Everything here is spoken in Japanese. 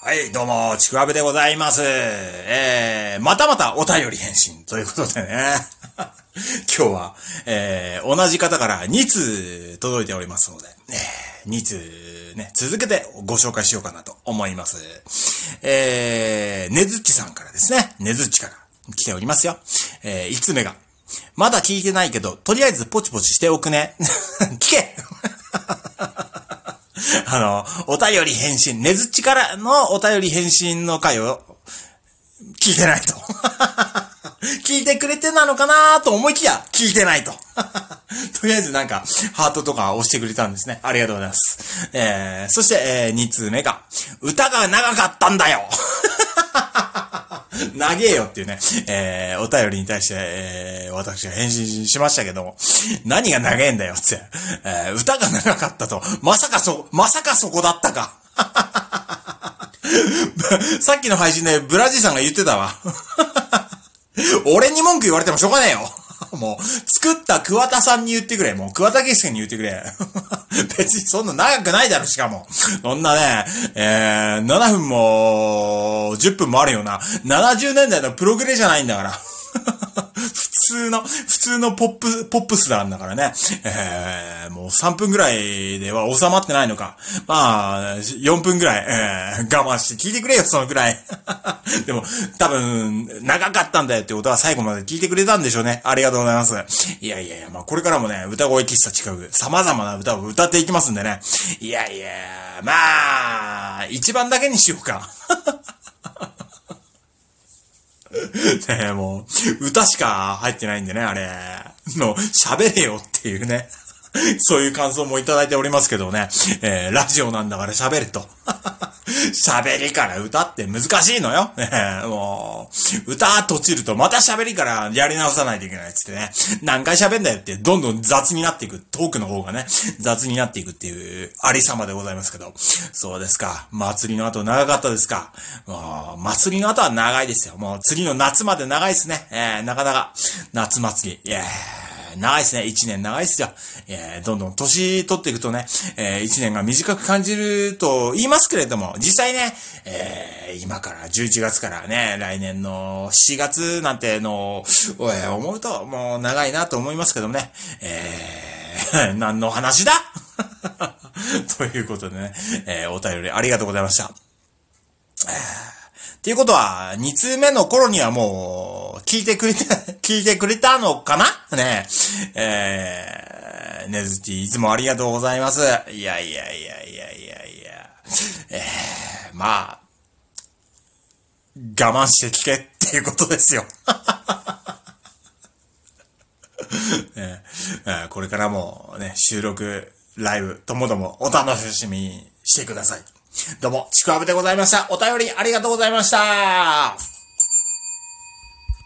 はい、どうも、ちくわぶでございます。またまたお便り返信ということでね。今日は、同じ方から2通届いておりますので、2通ね、続けてご紹介しようかなと思います。ねずっちさんからですね。ねずっちから来ておりますよ。5つ目が、まだ聞いてないけど、とりあえずポチポチしておくね。聞けお便り返信、ねずっちからのお便り返信の回を聞いてないと。聞いてくれてなのかなと思いきや、聞いてないと。とりあえずなんか、ハートとか押してくれたんですね。ありがとうございます。そして、2通目が、歌が長かったんだよ長えよっていうね、お便りに対して、私が返信しましたけども、何が長えんだよって、歌が長かったと、まさかそこだったか。さっきの配信でブラジーさんが言ってたわ。俺に文句言われてもしょうがねえよ。もう、作った桑田さんに言ってくれ。もう、桑田佳祐に言ってくれ。別にそんな長くないだろ、しかも。そんなね、7分も、10分もあるような、70年代のプログレじゃないんだから。普通のポップスなんだからね。もう3分ぐらいでは収まってないのか。まあ、4分ぐらい、我慢して聞いてくれよ、そのくらい。でも、多分、長かったんだよってことは最後まで聞いてくれたんでしょうね。ありがとうございます。いや、まあこれからもね、歌声喫茶近く、様々な歌を歌っていきますんでね。まあ、一番だけにしようか。ねえ、もう、歌しか入ってないんでね、あれ。もう、喋れよっていうね。そういう感想もいただいておりますけどね。ラジオなんだから喋れと。喋りから歌って難しいのよ。もう、歌閉じるとまた喋りからやり直さないといけないっつってね。何回喋んだよってどんどん雑になっていく。トークの方がね、雑になっていくっていうありさまでございますけど。そうですか。祭りの後長かったですか。もう、祭りの後は長いですよ。もう次の夏まで長いですね。なかなか夏祭り。長いですね。1年長いですよ。どんどん年取っていくとね、1年が短く感じると言いますけれども、実際ね、今から11月からね、来年の7月なんてのを、思うともう長いなと思いますけどね。何の話だということでね、お便りありがとうございました。っていうことは、2通目の頃にはもう、聞いてくれたのかなねねずち、いつもありがとうございます。いや。まあ、我慢して聞けっていうことですよ。これからもね、収録、ライブ、ともどもお楽しみにしてください。どうも、ちくわぶでございました。お便りありがとうございました。